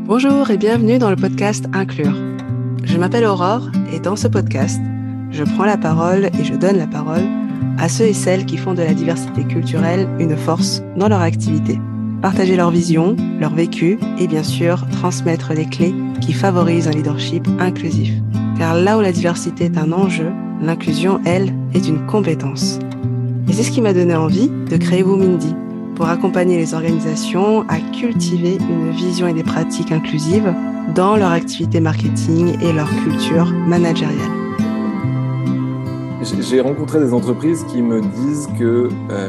Bonjour et bienvenue dans le podcast Inclure. Je m'appelle Aurore et dans ce podcast, je prends la parole et je donne la parole à ceux et celles qui font de la diversité culturelle une force dans leur activité. Partager leur vision, leur vécu et bien sûr transmettre les clés qui favorisent un leadership inclusif. Car là où la diversité est un enjeu, l'inclusion, elle, est une compétence. Et c'est ce qui m'a donné envie de créer Womindy, pour accompagner les organisations à cultiver une vision et des pratiques inclusives dans leur activité marketing et leur culture managériale. J'ai rencontré des entreprises qui me disent que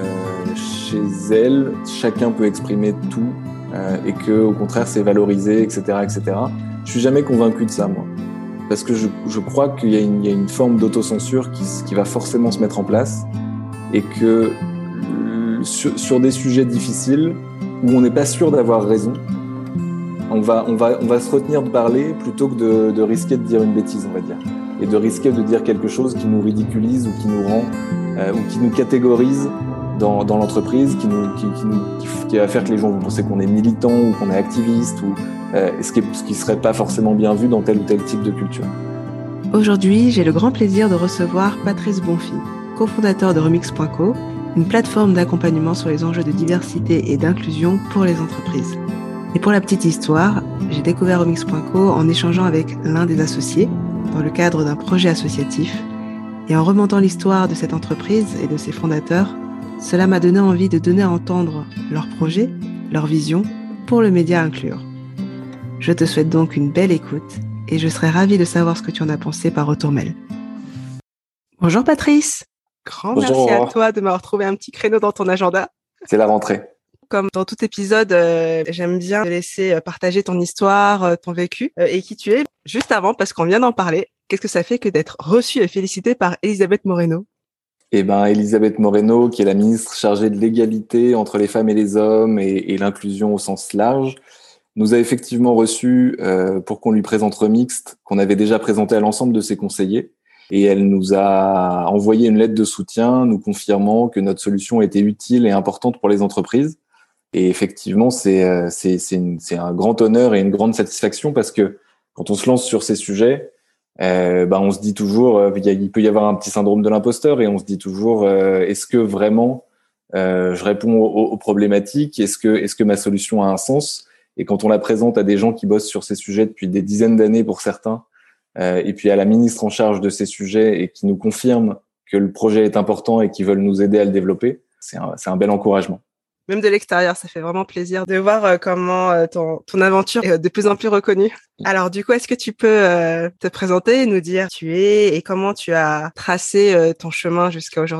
chez elles, chacun peut exprimer tout et que, au contraire, c'est valorisé, etc., etc. Je suis jamais convaincu de ça, moi, parce que je crois qu'il y a une forme d'autocensure qui va forcément se mettre en place et que sur des sujets difficiles où on n'est pas sûr d'avoir raison, on va se retenir de parler plutôt que de risquer de dire une bêtise, on va dire, et de risquer de dire quelque chose qui nous ridiculise ou qui nous rend ou qui nous catégorise dans l'entreprise, qui va faire que les gens vont penser qu'on est militant ou qu'on est activiste ou ce qui serait pas forcément bien vu dans tel ou tel type de culture. Aujourd'hui, j'ai le grand plaisir de recevoir Patrice Bonfi, cofondateur de Remix.co, une plateforme d'accompagnement sur les enjeux de diversité et d'inclusion pour les entreprises. Et pour la petite histoire, j'ai découvert Remix.co en échangeant avec l'un des associés dans le cadre d'un projet associatif. Et en remontant l'histoire de cette entreprise et de ses fondateurs, cela m'a donné envie de donner à entendre leur projet, leur vision pour le média Inclure. Je te souhaite donc une belle écoute et je serai ravie de savoir ce que tu en as pensé par retour mail. Bonjour Patrice. Bonjour, Merci à toi de m'avoir trouvé un petit créneau dans ton agenda. C'est la rentrée. Comme dans tout épisode, j'aime bien te laisser partager ton histoire, ton vécu et qui tu es. Juste avant, parce qu'on vient d'en parler, qu'est-ce que ça fait que d'être reçue et félicitée par Elisabeth Moreno ? Elisabeth Moreno, qui est la ministre chargée de l'égalité entre les femmes et les hommes et l'inclusion au sens large, nous a effectivement reçus pour qu'on lui présente Remixed, qu'on avait déjà présenté à l'ensemble de ses conseillers. Et elle nous a envoyé une lettre de soutien nous confirmant que notre solution était utile et importante pour les entreprises. Et effectivement, c'est un grand honneur et une grande satisfaction parce que quand on se lance sur ces sujets, on se dit toujours, il peut y avoir un petit syndrome de l'imposteur et on se dit toujours, est-ce que vraiment je réponds aux problématiques ? Est-ce que ma solution a un sens ? Et quand on la présente à des gens qui bossent sur ces sujets depuis des dizaines d'années pour certains, et puis à la ministre en charge de ces sujets et qui nous confirme que le projet est important et qui veulent nous aider à le développer, c'est un bel encouragement. Même de l'extérieur, ça fait vraiment plaisir de voir comment ton aventure est de plus en plus reconnue. Alors du coup, est-ce que tu peux te présenter et nous dire qui tu es et comment tu as tracé ton chemin jusqu'à aujourd'hui ?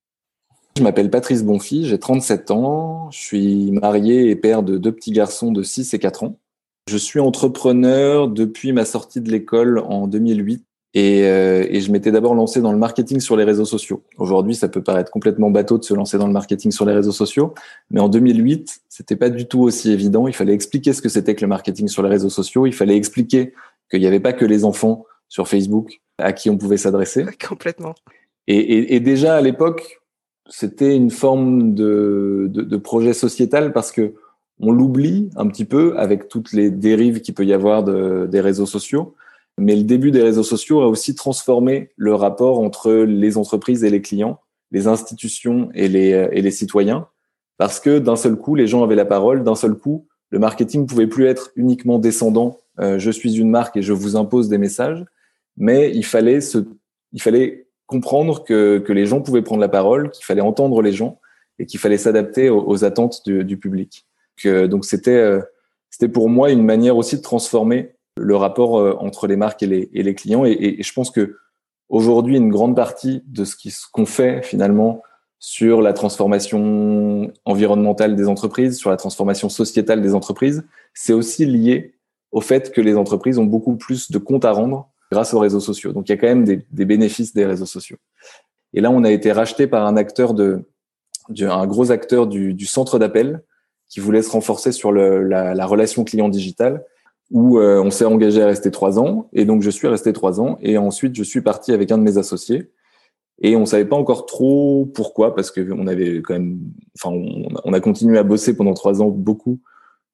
Je m'appelle Patrice Bonfi, j'ai 37 ans, je suis marié et père de 2 petits garçons de 6 et 4 ans. Je suis entrepreneur depuis ma sortie de l'école en 2008 et je m'étais d'abord lancé dans le marketing sur les réseaux sociaux. Aujourd'hui, ça peut paraître complètement bateau de se lancer dans le marketing sur les réseaux sociaux, mais en 2008, c'était pas du tout aussi évident. Il fallait expliquer ce que c'était que le marketing sur les réseaux sociaux. Il fallait expliquer qu'il n'y avait pas que les enfants sur Facebook à qui on pouvait s'adresser. Complètement. Et déjà à l'époque, c'était une forme de projet sociétal parce que on l'oublie un petit peu avec toutes les dérives qu'il peut y avoir des réseaux sociaux. Mais le début des réseaux sociaux a aussi transformé le rapport entre les entreprises et les clients, les institutions et les citoyens. Parce que d'un seul coup, les gens avaient la parole. D'un seul coup, le marketing pouvait plus être uniquement descendant. Je suis une marque et je vous impose des messages. Mais il fallait comprendre que les gens pouvaient prendre la parole, qu'il fallait entendre les gens et qu'il fallait s'adapter aux attentes du public. Donc c'était pour moi une manière aussi de transformer le rapport entre les marques et les clients. Et je pense que aujourd'hui, une grande partie de qu'on fait finalement sur la transformation environnementale des entreprises, sur la transformation sociétale des entreprises, c'est aussi lié au fait que les entreprises ont beaucoup plus de comptes à rendre grâce aux réseaux sociaux. Donc il y a quand même des bénéfices des réseaux sociaux. Et là, on a été racheté par un gros acteur du centre d'appel qui voulait se renforcer sur la relation client digitale, où on s'est engagé à rester 3 ans. Et donc, je suis resté 3 ans. Et ensuite, je suis parti avec un de mes associés. Et on savait pas encore trop pourquoi, parce que on avait quand même, on a continué à bosser pendant 3 ans beaucoup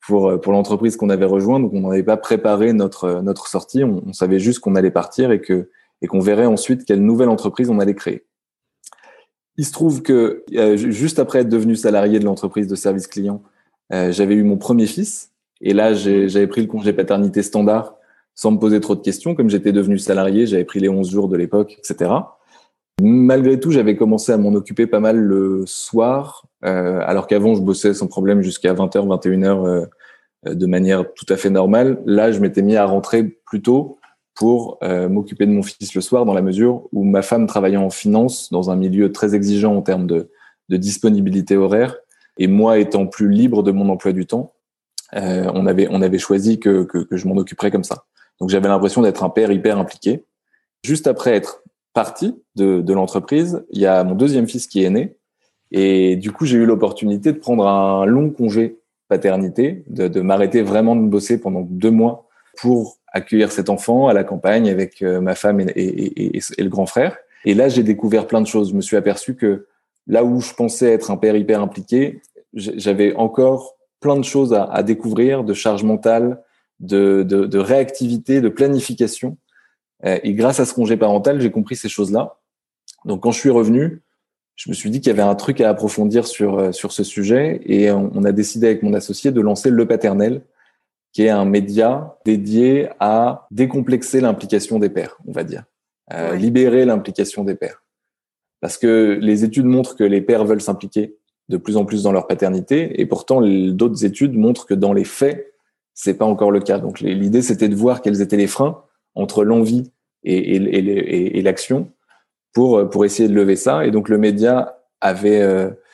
pour l'entreprise qu'on avait rejoint. Donc, on n'avait pas préparé notre sortie. On savait juste qu'on allait partir et qu'on verrait ensuite quelle nouvelle entreprise on allait créer. Il se trouve que juste après être devenu salarié de l'entreprise de service client, j'avais eu mon premier fils. Et là, j'avais pris le congé paternité standard sans me poser trop de questions. Comme j'étais devenu salarié, j'avais pris les 11 jours de l'époque, etc. Malgré tout, j'avais commencé à m'en occuper pas mal le soir, alors qu'avant, je bossais sans problème jusqu'à 20h, 21h de manière tout à fait normale. Là, je m'étais mis à rentrer plus tôt pour m'occuper de mon fils le soir, dans la mesure où ma femme travaillait en finance dans un milieu très exigeant en termes de disponibilité horaire, et moi étant plus libre de mon emploi du temps, on avait choisi que je m'en occuperais comme ça. Donc j'avais l'impression d'être un père hyper impliqué. Juste après être parti de l'entreprise, il y a mon deuxième fils qui est né, et du coup j'ai eu l'opportunité de prendre un long congé paternité, de m'arrêter vraiment de bosser pendant 2 mois pour accueillir cet enfant à la campagne avec ma femme et le grand frère. Et là, j'ai découvert plein de choses. Je me suis aperçu que là où je pensais être un père hyper impliqué, j'avais encore plein de choses à découvrir, de charge mentale, de réactivité, de planification. Et grâce à ce congé parental, j'ai compris ces choses-là. Donc, quand je suis revenu, je me suis dit qu'il y avait un truc à approfondir sur ce sujet, et on a décidé avec mon associé de lancer Le Paternel, qui est un média dédié à décomplexer l'implication des pères, on va dire, libérer l'implication des pères. Parce que les études montrent que les pères veulent s'impliquer de plus en plus dans leur paternité, et pourtant d'autres études montrent que dans les faits, c'est pas encore le cas. Donc l'idée, c'était de voir quels étaient les freins entre l'envie et l'action pour essayer de lever ça. Et donc le média avait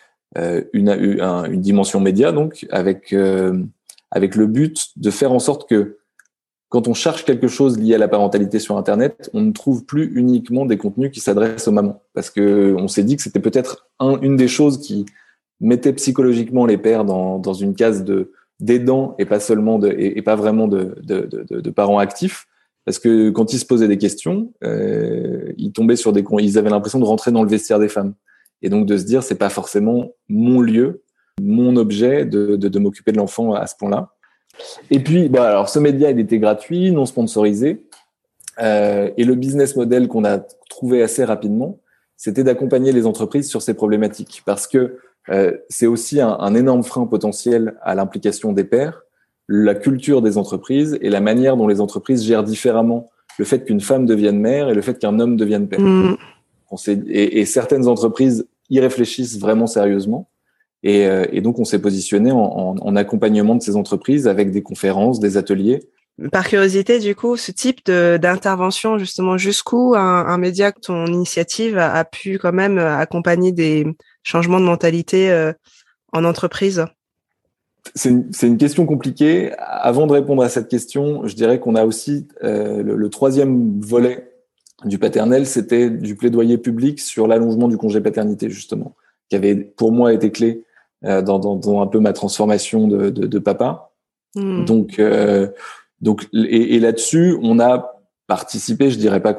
une dimension média, donc avec le but de faire en sorte que quand on cherche quelque chose lié à la parentalité sur Internet, on ne trouve plus uniquement des contenus qui s'adressent aux mamans. Parce que on s'est dit que c'était peut-être une des choses qui mettait psychologiquement les pères dans une case d'aidants et pas seulement et pas vraiment de parents actifs. Parce que quand ils se posaient des questions, ils tombaient ils avaient l'impression de rentrer dans le vestiaire des femmes. Et donc de se dire, c'est pas forcément mon lieu, mon objet de m'occuper de l'enfant à ce point-là. Et puis, alors ce média, il était gratuit, non sponsorisé, et le business model qu'on a trouvé assez rapidement, c'était d'accompagner les entreprises sur ces problématiques, parce que c'est aussi un énorme frein potentiel à l'implication des pairs, la culture des entreprises et la manière dont les entreprises gèrent différemment le fait qu'une femme devienne mère et le fait qu'un homme devienne père. Et certaines entreprises y réfléchissent vraiment sérieusement. Et donc, on s'est positionné en accompagnement de ces entreprises avec des conférences, des ateliers. Par curiosité, du coup, ce type d'intervention, justement, jusqu'où un média, ton initiative a pu quand même accompagner des changements de mentalité en entreprise? C'est une question compliquée. Avant de répondre à cette question, je dirais qu'on a aussi le troisième volet du paternel, c'était du plaidoyer public sur l'allongement du congé paternité, justement, qui avait pour moi été clé dans un peu ma transformation de papa. Donc là-dessus, on a participé. Je dirais pas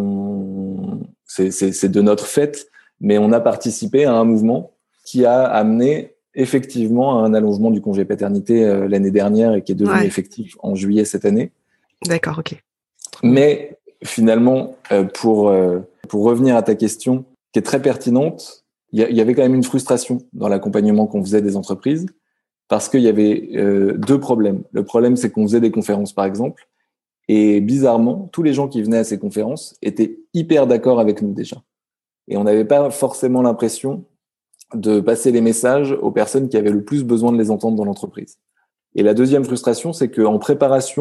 c'est de notre fait, mais on a participé à un mouvement qui a amené effectivement à un allongement du congé paternité l'année dernière et qui est devenu effectif en juillet cette année. D'accord, ok. Mais finalement, pour revenir à ta question, qui est très pertinente, il y avait quand même une frustration dans l'accompagnement qu'on faisait des entreprises, parce qu'il y avait 2 problèmes. Le problème, c'est qu'on faisait des conférences, par exemple, et bizarrement, tous les gens qui venaient à ces conférences étaient hyper d'accord avec nous déjà. Et on n'avait pas forcément l'impression de passer les messages aux personnes qui avaient le plus besoin de les entendre dans l'entreprise. Et la deuxième frustration, c'est qu'en préparation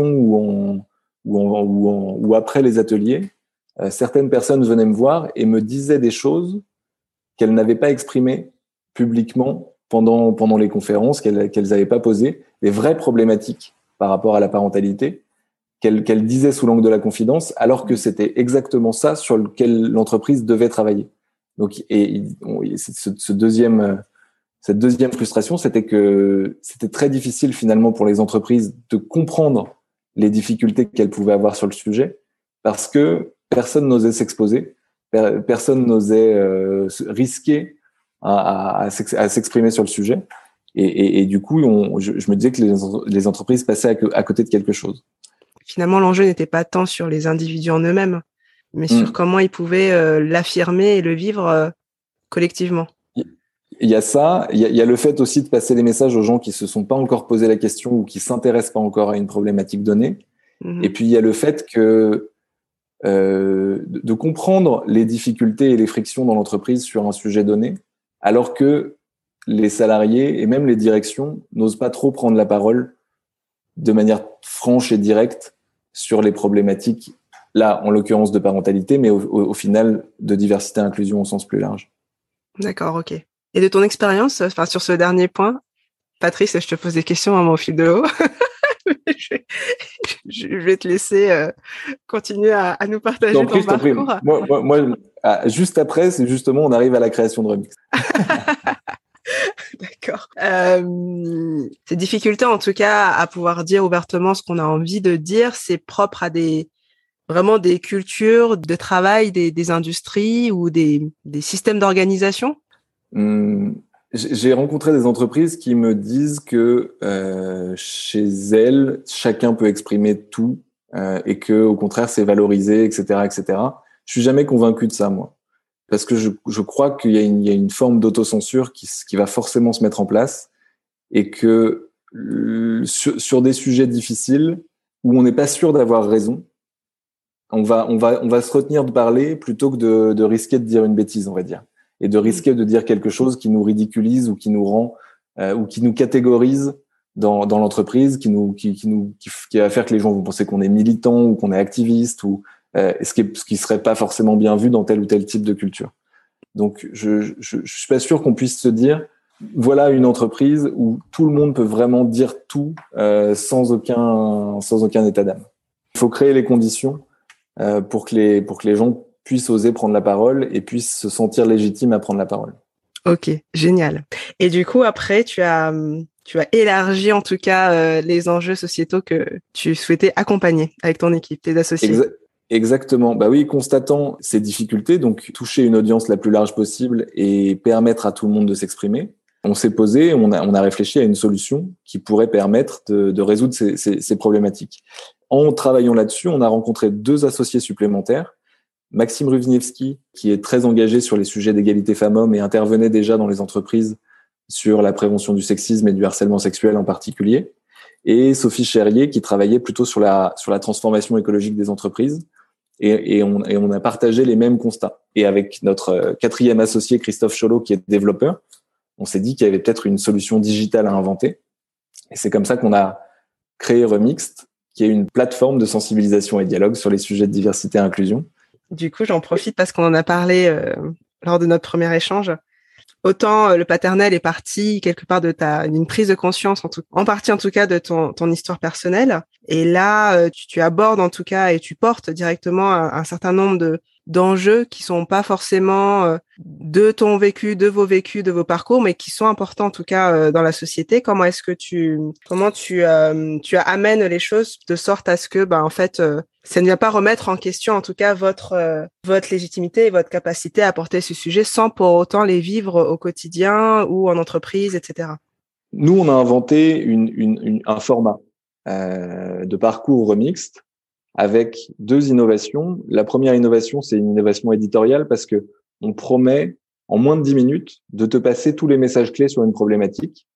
ou après les ateliers, certaines personnes venaient me voir et me disaient des choses qu'elles n'avaient pas exprimées publiquement pendant les conférences, qu'elles n'avaient pas posées, les vraies problématiques par rapport à la parentalité, qu'elles disaient sous l'angle de la confidence, alors que c'était exactement ça sur lequel l'entreprise devait travailler. Donc, cette deuxième frustration, c'était que c'était très difficile finalement pour les entreprises de comprendre les difficultés qu'elles pouvaient avoir sur le sujet, parce que personne n'osait s'exposer, personne n'osait risquer à s'exprimer sur le sujet. Et du coup, je me disais que les entreprises passaient à côté de quelque chose. Finalement, l'enjeu n'était pas tant sur les individus en eux-mêmes, mais sur comment ils pouvaient l'affirmer et le vivre collectivement. Il y a ça, il y a le fait aussi de passer les messages aux gens qui se sont pas encore posé la question ou qui s'intéressent pas encore à une problématique donnée. Et puis il y a le fait que de comprendre les difficultés et les frictions dans l'entreprise sur un sujet donné, alors que les salariés et même les directions n'osent pas trop prendre la parole de manière franche et directe sur les problématiques, là en l'occurrence de parentalité, mais au final de diversité et inclusion au sens plus large. D'accord, ok. Et de ton expérience, sur ce dernier point, Patrice, je te pose des questions au fil de l'eau. je vais te laisser continuer à nous partager ton parcours. Moi, juste après, c'est justement, on arrive à la création de Remixed. D'accord. Ces difficultés, en tout cas, à pouvoir dire ouvertement ce qu'on a envie de dire, c'est propre à vraiment des cultures de travail, des industries ou des systèmes d'organisation? J'ai rencontré des entreprises qui me disent que chez elles, chacun peut exprimer tout et que au contraire, c'est valorisé, etc., etc. Je suis jamais convaincu de ça, moi, parce que je crois qu'il y a une forme d'autocensure qui va forcément se mettre en place et que sur des sujets difficiles où on n'est pas sûr d'avoir raison, on va se retenir de parler plutôt que de risquer de dire une bêtise, on va dire, et de risquer de dire quelque chose qui nous ridiculise ou qui nous rend ou qui nous catégorise dans l'entreprise, qui va faire que les gens vont penser qu'on est militant ou qu'on est activiste ou ce qui serait pas forcément bien vu dans tel ou tel type de culture. Donc je suis pas sûr qu'on puisse se dire voilà une entreprise où tout le monde peut vraiment dire tout sans aucun état d'âme. Il faut créer les conditions pour que les gens puissent oser prendre la parole et puissent se sentir légitimes à prendre la parole. Ok, génial. Et du coup, après, tu as élargi en tout cas les enjeux sociétaux que tu souhaitais accompagner avec ton équipe, tes associés. Exactement. Bah oui, constatant ces difficultés, donc toucher une audience la plus large possible et permettre à tout le monde de s'exprimer, on s'est posé, on a réfléchi à une solution qui pourrait permettre de résoudre ces problématiques. En travaillant là-dessus, on a rencontré 2 associés supplémentaires. Maxime Ruvniewski, qui est très engagé sur les sujets d'égalité femmes-hommes et intervenait déjà dans les entreprises sur la prévention du sexisme et du harcèlement sexuel en particulier. Et Sophie Cherrier, qui travaillait plutôt sur la transformation écologique des entreprises. Et on a partagé les mêmes constats. Et avec notre 4e associé, Christophe Cholot, qui est développeur, on s'est dit qu'il y avait peut-être une solution digitale à inventer. Et c'est comme ça qu'on a créé Remixed, qui est une plateforme de sensibilisation et dialogue sur les sujets de diversité et inclusion. Du coup, j'en profite parce qu'on en a parlé lors de notre premier échange. Autant le paternel est parti quelque part d'une prise de conscience, en partie en tout cas de ton histoire personnelle. Et là, tu abordes en tout cas et tu portes directement un certain nombre d'enjeux qui sont pas forcément de ton vécu, de vos vécus, de vos parcours, mais qui sont importants en tout cas dans la société. Comment est-ce que tu amènes les choses de sorte à ce que, en fait, ça ne vient pas remettre en question en tout cas votre légitimité et votre capacité à porter ce sujet sans pour autant les vivre au quotidien ou en entreprise, etc. Nous, on a inventé un format de parcours remixed avec 2 innovations. La première innovation, c'est une innovation éditoriale parce que on promet en moins de 10 minutes de te passer tous les messages clés sur une problématique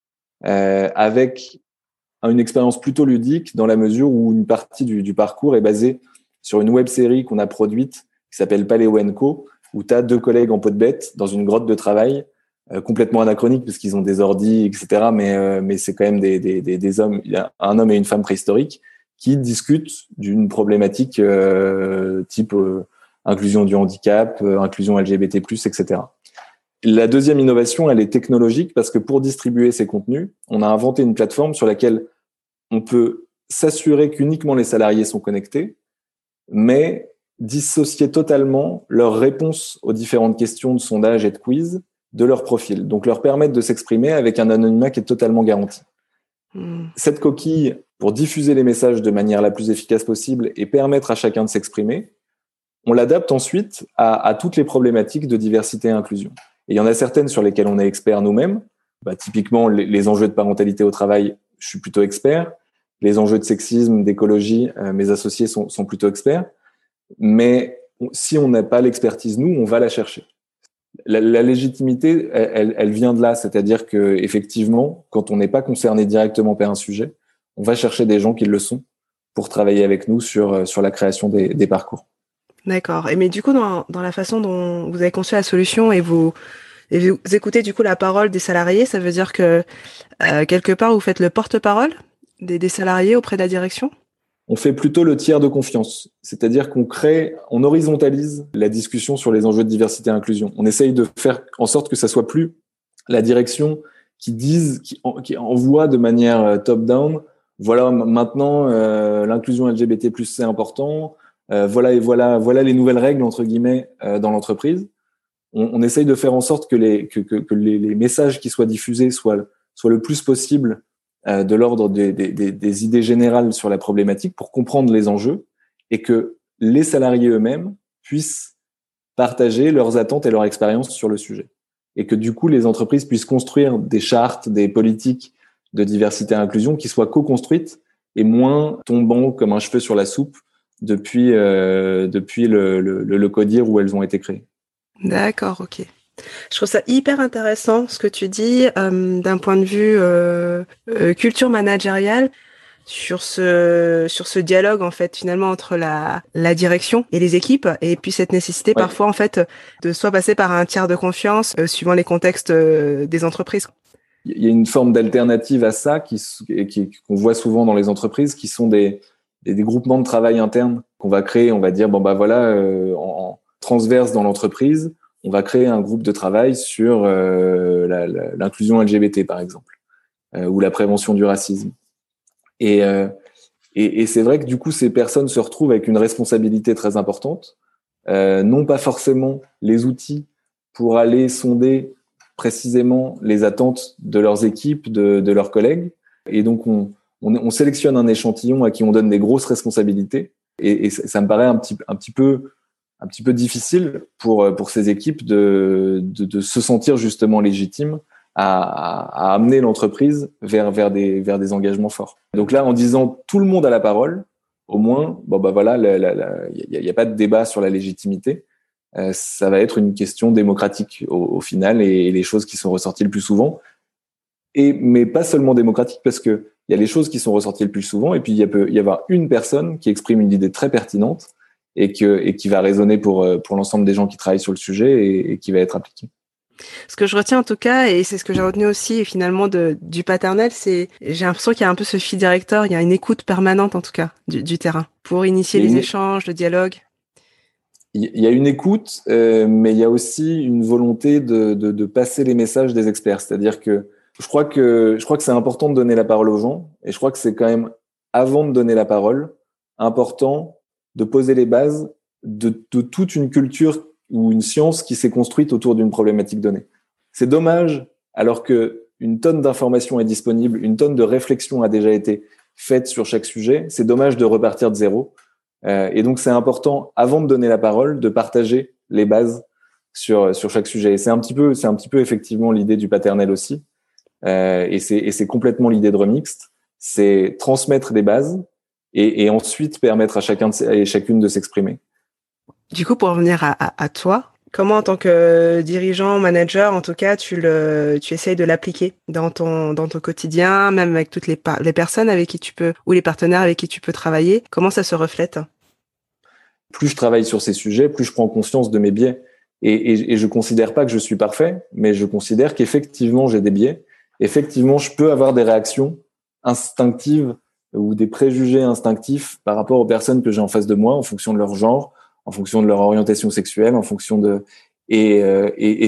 avec une expérience plutôt ludique dans la mesure où une partie du parcours est basée sur une web-série qu'on a produite qui s'appelle Paléo & Co, où tu as 2 collègues en peau de bête dans une grotte de travail complètement anachronique parce qu'ils ont des ordis, etc. Mais c'est quand même des hommes, il y a un homme et une femme préhistoriques qui discutent d'une problématique type inclusion du handicap, inclusion LGBT+, etc. La deuxième innovation, elle est technologique parce que pour distribuer ces contenus, on a inventé une plateforme sur laquelle on peut s'assurer qu'uniquement les salariés sont connectés, mais dissocier totalement leurs réponses aux différentes questions de sondage et de quiz de leur profil. Donc, leur permettre de s'exprimer avec un anonymat qui est totalement garanti. Cette coquille, pour diffuser les messages de manière la plus efficace possible et permettre à chacun de s'exprimer, on l'adapte ensuite à toutes les problématiques de diversité et inclusion. Et il y en a certaines sur lesquelles on est expert nous-mêmes, Typiquement, les enjeux de parentalité au travail, je suis plutôt expert. Les enjeux de sexisme, d'écologie, mes associés sont plutôt experts. Mais si on n'a pas l'expertise, nous, on va la chercher. La légitimité, elle vient de là, c'est-à-dire que effectivement, quand on n'est pas concerné directement par un sujet, on va chercher des gens qui le sont pour travailler avec nous sur la création des parcours. D'accord. Mais du coup, dans la façon dont vous avez conçu la solution et vous écoutez du coup la parole des salariés, ça veut dire que quelque part vous faites le porte-parole des salariés auprès de la direction? On fait plutôt le tiers de confiance, c'est-à-dire on horizontalise la discussion sur les enjeux de diversité et inclusion. On essaye de faire en sorte que ça soit plus la direction qui envoie de manière top-down. Voilà, maintenant l'inclusion LGBT+ c'est important. Voilà les nouvelles règles entre guillemets dans l'entreprise. On essaye de faire en sorte que les messages qui soient diffusés soient le plus possible de l'ordre des idées générales sur la problématique pour comprendre les enjeux et que les salariés eux-mêmes puissent partager leurs attentes et leur expérience sur le sujet. Et que du coup, les entreprises puissent construire des chartes, des politiques de diversité et inclusion qui soient co-construites et moins tombant comme un cheveu sur la soupe depuis le CODIR où elles ont été créées. D'accord, ok. Je trouve ça hyper intéressant ce que tu dis d'un point de vue culture managériale sur ce dialogue en fait finalement entre la direction et les équipes et puis cette nécessité parfois en fait de soit passer par un tiers de confiance suivant les contextes des entreprises. Il y a une forme d'alternative à ça qu'on voit souvent dans les entreprises qui sont des groupements de travail internes qu'on va créer. On va dire en transverse dans l'entreprise, on va créer un groupe de travail sur l'inclusion LGBT par exemple ou la prévention du racisme. Et c'est vrai que du coup ces personnes se retrouvent avec une responsabilité très importante, non pas forcément les outils pour aller sonder précisément les attentes de leurs équipes, de leurs collègues, et donc on sélectionne un échantillon à qui on donne des grosses responsabilités, et ça me paraît un petit peu difficile pour ces équipes de se sentir justement légitimes à amener l'entreprise vers des engagements forts. Donc là, en disant tout le monde a la parole, au moins, il n'y a pas de débat sur la légitimité. Ça va être une question démocratique au final et les choses qui sont ressorties le plus souvent. Mais pas seulement démocratique parce que il y a les choses qui sont ressorties le plus souvent et puis il peut y avoir une personne qui exprime une idée très pertinente et qui va résonner pour l'ensemble des gens qui travaillent sur le sujet et qui va être appliquée. Ce que je retiens en tout cas, et c'est ce que j'ai retenu aussi finalement du paternel, j'ai l'impression qu'il y a un peu ce fil directeur, il y a une écoute permanente en tout cas du terrain pour initier les échanges, le dialogue. Il y a une écoute, mais il y a aussi une volonté de passer les messages des experts. C'est-à-dire que je crois que c'est important de donner la parole aux gens, et je crois que c'est quand même, avant de donner la parole, important de poser les bases de toute une culture ou une science qui s'est construite autour d'une problématique donnée. C'est dommage, alors que une tonne d'informations est disponible, une tonne de réflexion a déjà été faite sur chaque sujet, c'est dommage de repartir de zéro. Et donc, c'est important, avant de donner la parole, de partager les bases sur chaque sujet. Et c'est un petit peu effectivement l'idée du paternel aussi. Et c'est complètement l'idée de Remixed. C'est transmettre des bases et ensuite permettre à chacun et chacune de s'exprimer. Du coup, pour revenir à toi, comment en tant que dirigeant, manager, en tout cas, tu essayes de l'appliquer dans ton quotidien, même avec toutes les personnes avec qui tu peux, ou les partenaires avec qui tu peux travailler? Comment ça se reflète? Plus je travaille sur ces sujets, plus je prends conscience de mes biais. Et je considère pas que je suis parfait, mais je considère qu'effectivement, j'ai des biais. Effectivement, je peux avoir des réactions instinctives ou des préjugés instinctifs par rapport aux personnes que j'ai en face de moi, en fonction de leur genre, en fonction de leur orientation sexuelle, en fonction de et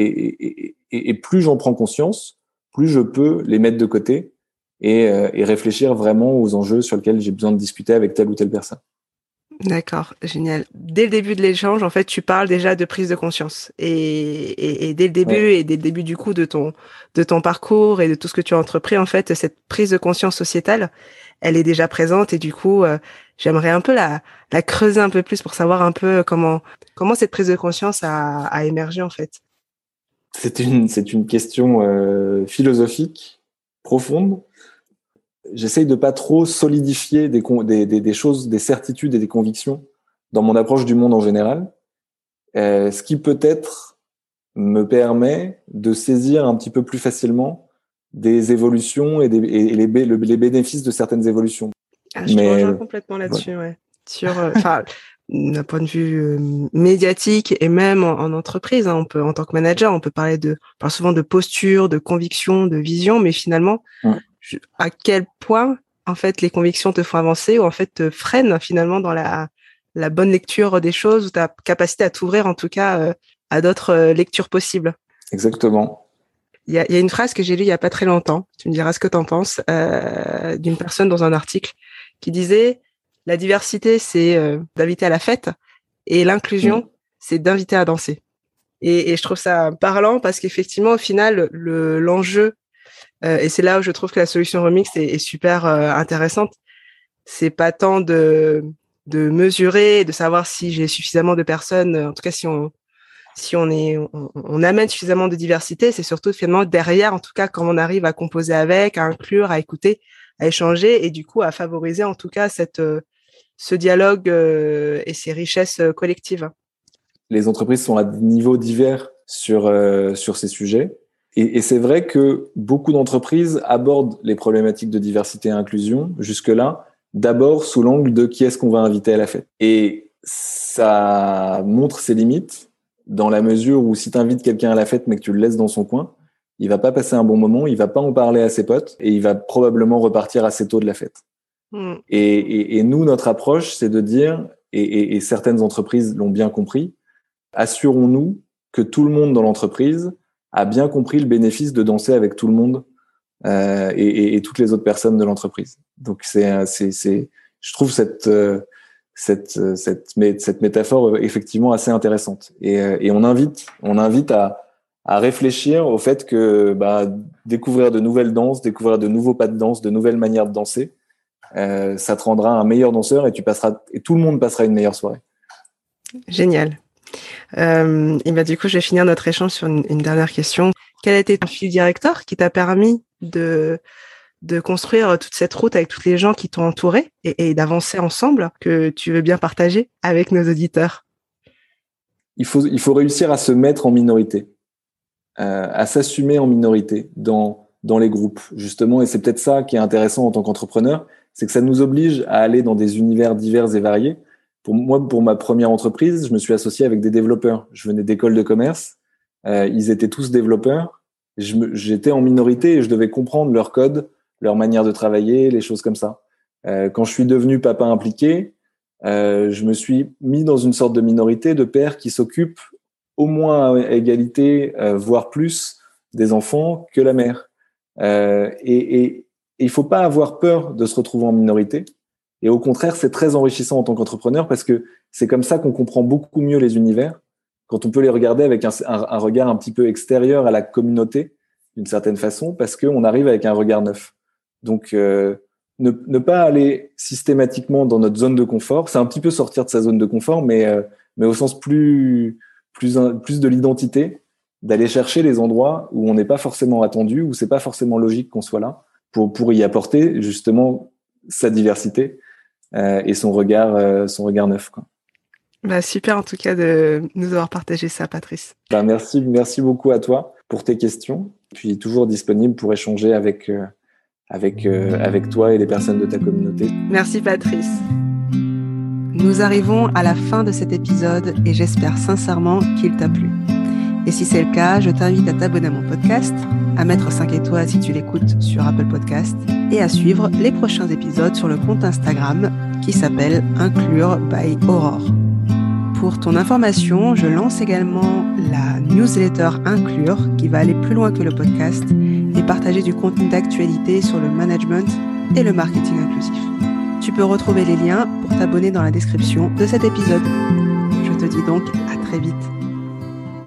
plus j'en prends conscience, plus je peux les mettre de côté et réfléchir vraiment aux enjeux sur lesquels j'ai besoin de discuter avec telle ou telle personne. D'accord, génial. Dès le début de l'échange, en fait, tu parles déjà de prise de conscience et dès le début et dès le début du coup de ton parcours et de tout ce que tu as entrepris, en fait, cette prise de conscience sociétale, elle est déjà présente et du coup, j'aimerais un peu la creuser un peu plus pour savoir un peu comment cette prise de conscience a émergé en fait. C'est une question philosophique, profonde. J'essaye de pas trop solidifier des choses, des certitudes et des convictions dans mon approche du monde en général, ce qui peut-être me permet de saisir un petit peu plus facilement des évolutions et les bénéfices de certaines évolutions. Je te rejoins complètement là-dessus, ouais. Sur, d'un point de vue médiatique et même en entreprise, hein, on peut, en tant que manager, on parle souvent de posture, de conviction, de vision, mais finalement, à quel point, en fait, les convictions te font avancer ou en fait te freinent finalement dans la bonne lecture des choses ou ta capacité à t'ouvrir, en tout cas, à d'autres lectures possibles. Exactement. Il y a une phrase que j'ai lue il y a pas très longtemps, tu me diras ce que t'en penses, d'une personne dans un article qui disait: la diversité, c'est d'inviter à la fête et l'inclusion, c'est d'inviter à danser. Et je trouve ça parlant parce qu'effectivement, au final, l'enjeu, et c'est là où je trouve que la solution Remix est super intéressante, c'est pas tant de mesurer, de savoir si j'ai suffisamment de personnes, en tout cas si on amène suffisamment de diversité, c'est surtout finalement derrière, en tout cas, quand on arrive à composer avec, à inclure, à écouter, à échanger et du coup à favoriser en tout cas ce dialogue et ces richesses collectives. Les entreprises sont à des niveaux divers sur ces sujets. Et c'est vrai que beaucoup d'entreprises abordent les problématiques de diversité et inclusion jusque-là, d'abord sous l'angle de qui est-ce qu'on va inviter à la fête. Et ça montre ses limites dans la mesure où si tu invites quelqu'un à la fête mais que tu le laisses dans son coin, il va pas passer un bon moment, il va pas en parler à ses potes et il va probablement repartir assez tôt de la fête. Et nous, notre approche, c'est de dire, et certaines entreprises l'ont bien compris, assurons-nous que tout le monde dans l'entreprise a bien compris le bénéfice de danser avec tout le monde et toutes les autres personnes de l'entreprise. Donc je trouve cette métaphore effectivement assez intéressante. Et on invite à réfléchir au fait que découvrir de nouvelles danses, découvrir de nouveaux pas de danse, de nouvelles manières de danser, ça te rendra un meilleur danseur et tout le monde passera une meilleure soirée. Génial. Et du coup, je vais finir notre échange sur une dernière question. Quel a été ton fil directeur qui t'a permis de construire toute cette route avec tous les gens qui t'ont entouré et d'avancer ensemble, que tu veux bien partager avec nos auditeurs? Il faut réussir à se mettre en minorité, à s'assumer en minorité dans les groupes, justement. Et c'est peut-être ça qui est intéressant en tant qu'entrepreneur, c'est que ça nous oblige à aller dans des univers divers et variés. Pour ma première entreprise, je me suis associé avec des développeurs. Je venais d'école de commerce. Ils étaient tous développeurs. J'étais en minorité et je devais comprendre leur code, leur manière de travailler, les choses comme ça. Quand je suis devenu papa impliqué, je me suis mis dans une sorte de minorité de pères qui s'occupent au moins à égalité, voire plus, des enfants que la mère. Et il faut pas avoir peur de se retrouver en minorité. Et au contraire, c'est très enrichissant en tant qu'entrepreneur parce que c'est comme ça qu'on comprend beaucoup mieux les univers, quand on peut les regarder avec un regard un petit peu extérieur à la communauté, d'une certaine façon, parce qu'on arrive avec un regard neuf. Donc, ne pas aller systématiquement dans notre zone de confort, c'est un petit peu sortir de sa zone de confort, mais au sens plus de l'identité, d'aller chercher les endroits où on n'est pas forcément attendu, où c'est pas forcément logique qu'on soit là, pour y apporter justement sa diversité et son regard neuf, quoi. Super en tout cas de nous avoir partagé ça, Patrice. Merci beaucoup à toi pour tes questions. Puis toujours disponible pour échanger avec toi et les personnes de ta communauté. Merci Patrice. Nous arrivons à la fin de cet épisode et j'espère sincèrement qu'il t'a plu. Et si c'est le cas, je t'invite à t'abonner à mon podcast, à mettre 5 étoiles si tu l'écoutes sur Apple Podcast et à suivre les prochains épisodes sur le compte Instagram qui s'appelle Inclure by Aurore. Pour ton information, je lance également la newsletter Inclure qui va aller plus loin que le podcast et partager du contenu d'actualité sur le management et le marketing inclusif. Tu peux retrouver les liens pour t'abonner dans la description de cet épisode. Je te dis donc à très vite.